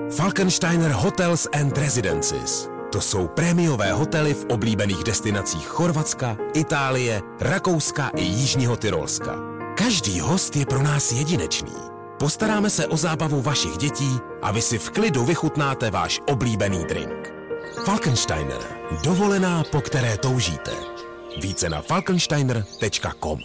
Falkensteiner Hotels and Residences. To jsou prémiové hotely v oblíbených destinacích Chorvatska, Itálie, Rakouska i Jižního Tyrolska. Každý host je pro nás jedinečný. Postaráme se o zábavu vašich dětí a vy si v klidu vychutnáte váš oblíbený drink. Falkensteiner. Dovolená, po které toužíte. Více na falkensteiner.com.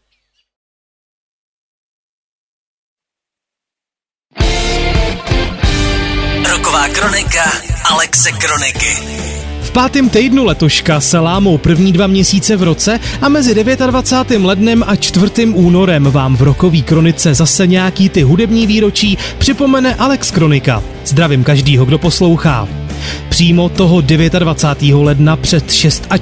Roková kronika Alexe Kroniky. V 5. týdnu letoška se lámou první 2 měsíce v roce a mezi 29. lednem a 4. únorem vám v Rokový kronice zase nějaký ty hudební výročí připomene Alex Kronika. Zdravím každýho, kdo poslouchá. Přímo toho 29. ledna před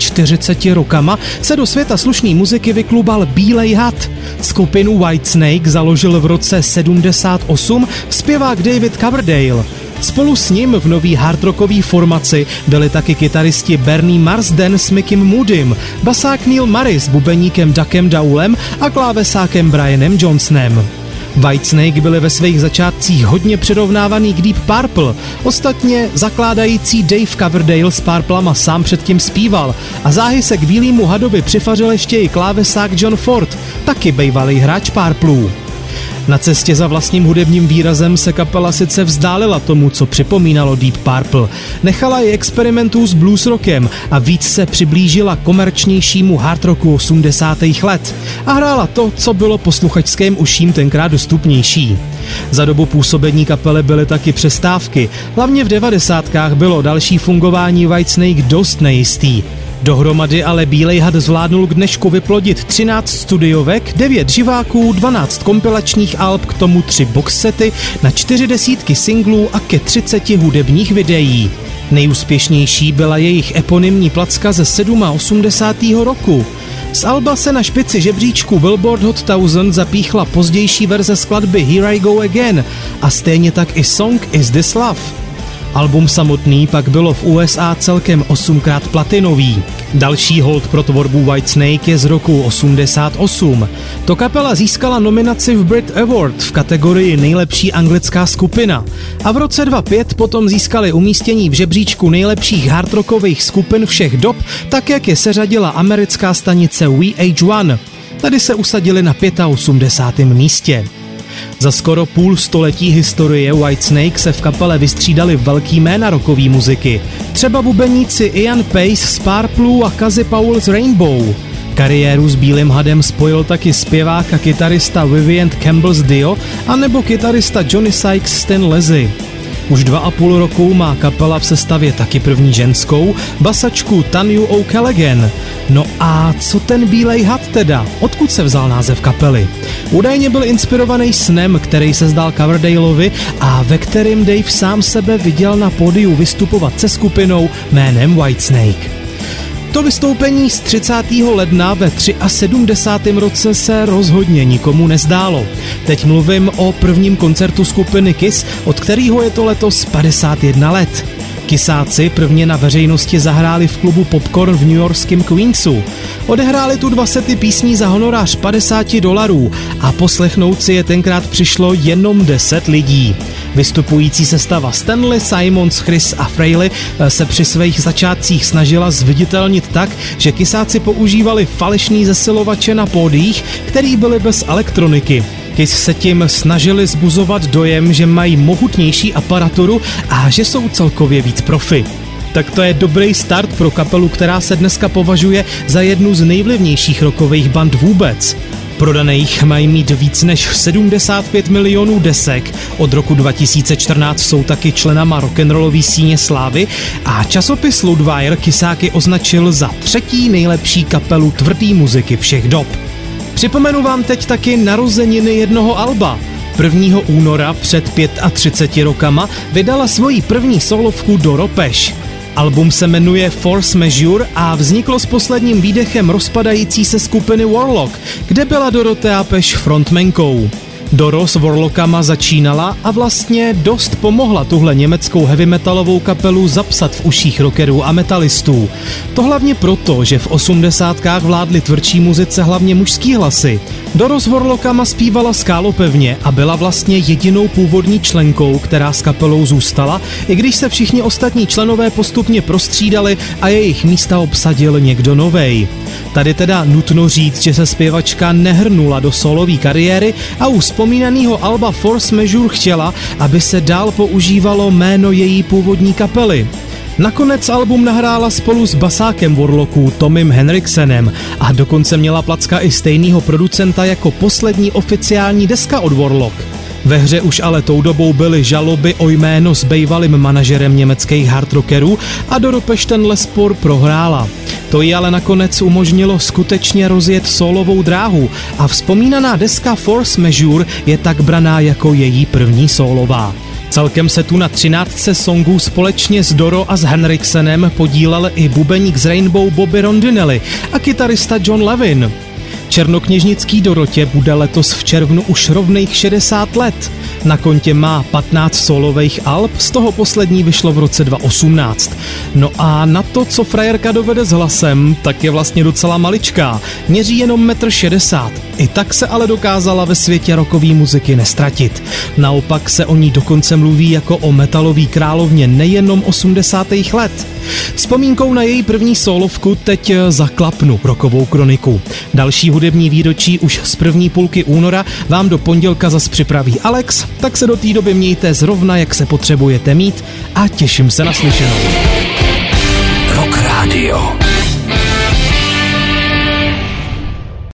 46 rokama se do světa slušné muziky vyklubal Bílej had. Skupinu Whitesnake založil v roce 78 zpěvák David Coverdale. Spolu s ním v nový hardrockové formaci byli taky kytaristi Bernie Marsden s Mickem Moodym, basák Neil Morris s bubeníkem Duckem Dowlem a klávesákem Brianem Johnsonem. Whitesnake byli ve svých začátcích hodně přirovnávaný k Deep Purple. Ostatně zakládající Dave Coverdale s Purplama sám předtím zpíval a záhy se k Bílému hadovi přifařil ještě i klávesák John Ford, taky bejvalý hráč Purplů. Na cestě za vlastním hudebním výrazem se kapela sice vzdálila tomu, co připomínalo Deep Purple. Nechala i experimentů s blues rockem a víc se přiblížila komerčnějšímu hard rocku 80. let a hrála to, co bylo posluchačským uším tenkrát dostupnější. Za dobu působení kapely byly taky přestávky. Hlavně v 90kách bylo další fungování Whitesnake dost nejistý. Dohromady ale Bílej had zvládnul k dnešku vyplodit 13 studiovek, 9 živáků, 12 kompilačních alb, k tomu 3 boxsety, na 40 singlů a ke 30 hudebních videí. Nejúspěšnější byla jejich eponymní placka ze 87. roku. Z alba se na špici žebříčku Billboard Hot 1000 zapíchla pozdější verze skladby Here I Go Again a stejně tak i Song Is This Love. Album samotný pak bylo v USA celkem 8krát platinový. Další hold pro tvorbu Whitesnake je z roku 88. To kapela získala nominaci v Brit Award v kategorii nejlepší anglická skupina. A v roce 2005 potom získali umístění v žebříčku nejlepších hardrockových skupin všech dob, tak jak je seřadila americká stanice VH1. Tady se usadili na 85. místě. Za skoro půl století historie Whitesnake se v kapele vystřídali velký jména rockové muziky. Třeba bubeníci Ian Pace z Purple a Kazi Powell z Rainbow. Kariéru s Bílým hadem spojil taky zpěvák a kytarista Vivian Campbell z Dio anebo kytarista Johnny Sykes z Thin Lizzy. Už 2,5 roku má kapela v sestavě taky první ženskou, basačku Tanju O'Callaghan. No a co ten Bílej had teda? Odkud se vzal název kapely? Údajně byl inspirovaný snem, který se zdál Coverdaleovi a ve kterým Dave sám sebe viděl na pódiu vystupovat se skupinou jménem Whitesnake. To vystoupení z 30. ledna ve 73. roce se rozhodně nikomu nezdálo. Teď mluvím o prvním koncertu skupiny Kiss, od kterého je to letos 51 let. Kissáci prvně na veřejnosti zahráli v klubu Popcorn v newyorském Queensu. Odehráli tu 2 sety písní za honorář $50 a poslechnout si je tenkrát přišlo jenom 10 lidí. Vystupující sestava Stanley, Simons, Chris a Frehley se při svých začátcích snažila zviditelnit tak, že Kissáci používali falešný zesilovače na pódiích, který byly bez elektroniky. Kiss se tím snažili zbuzovat dojem, že mají mohutnější aparaturu a že jsou celkově víc profi. Tak to je dobrý start pro kapelu, která se dneska považuje za jednu z nejvlivnějších rockových band vůbec. Prodaných mají mít víc než 75 milionů desek, od roku 2014 jsou taky členama rock'n'rollový síně slávy a časopis Loudwire Kissáky označil za 3. nejlepší kapelu tvrdý muziky všech dob. Připomenu vám teď taky narozeniny jednoho alba. 1. února před 35 rokama vydala svoji první solovku Doro Pesch. Album se jmenuje Force Majeure a vzniklo s posledním výdechem rozpadající se skupiny Warlock, kde byla Dorothea Pesch frontmankou. Doro s Warlockama začínala a vlastně dost pomohla tuhle německou heavy metalovou kapelu zapsat v uších rockerů a metalistů. To hlavně proto, že v 80kách vládly tvrdší muzice hlavně mužský hlasy. Doro s Warlockama zpívala skálopevně a byla vlastně jedinou původní členkou, která s kapelou zůstala, i když se všichni ostatní členové postupně prostřídali a jejich místa obsadil někdo novej. Tady teda nutno říct, že se zpěvačka nehrnula do solové kariéry a u vzpomínaného alba Force Majeure chtěla, aby se dál používalo jméno její původní kapely. Nakonec album nahrála spolu s basákem Warlocků Tommym Henriksenem a dokonce měla placka i stejného producenta jako poslední oficiální deska od Warlock. Ve hře už ale tou dobou byly žaloby o jméno s bývalým manažerem německých hard rockerů a Doro Pesch tenhle spor prohrála. To jí ale nakonec umožnilo skutečně rozjet solovou dráhu a vzpomínaná deska Force Majeure je tak braná jako její první solová. Celkem se tu na 13 songů společně s Doro a s Henriksenem podílel i bubeník z Rainbow Bobby Rondinelli a kytarista John Levin. Černokněžnický Dorotě bude letos v červnu už rovných 60 let. Na kontě má 15 solových alb, z toho poslední vyšlo v roce 2018. No a na to, co frajerka dovede s hlasem, tak je vlastně docela maličká. Měří jenom 1,60 m. I tak se ale dokázala ve světě rockové muziky nestratit. Naopak se o ní dokonce mluví jako o metalový královně nejenom 80. let. Vzpomínkou na její první solovku teď zaklapnu rockovou kroniku. Další hudební výročí už z první půlky února vám do pondělka zas připraví Alex, tak se do té doby mějte zrovna, jak se potřebujete mít a těším se na slyšenou. Rock Radio.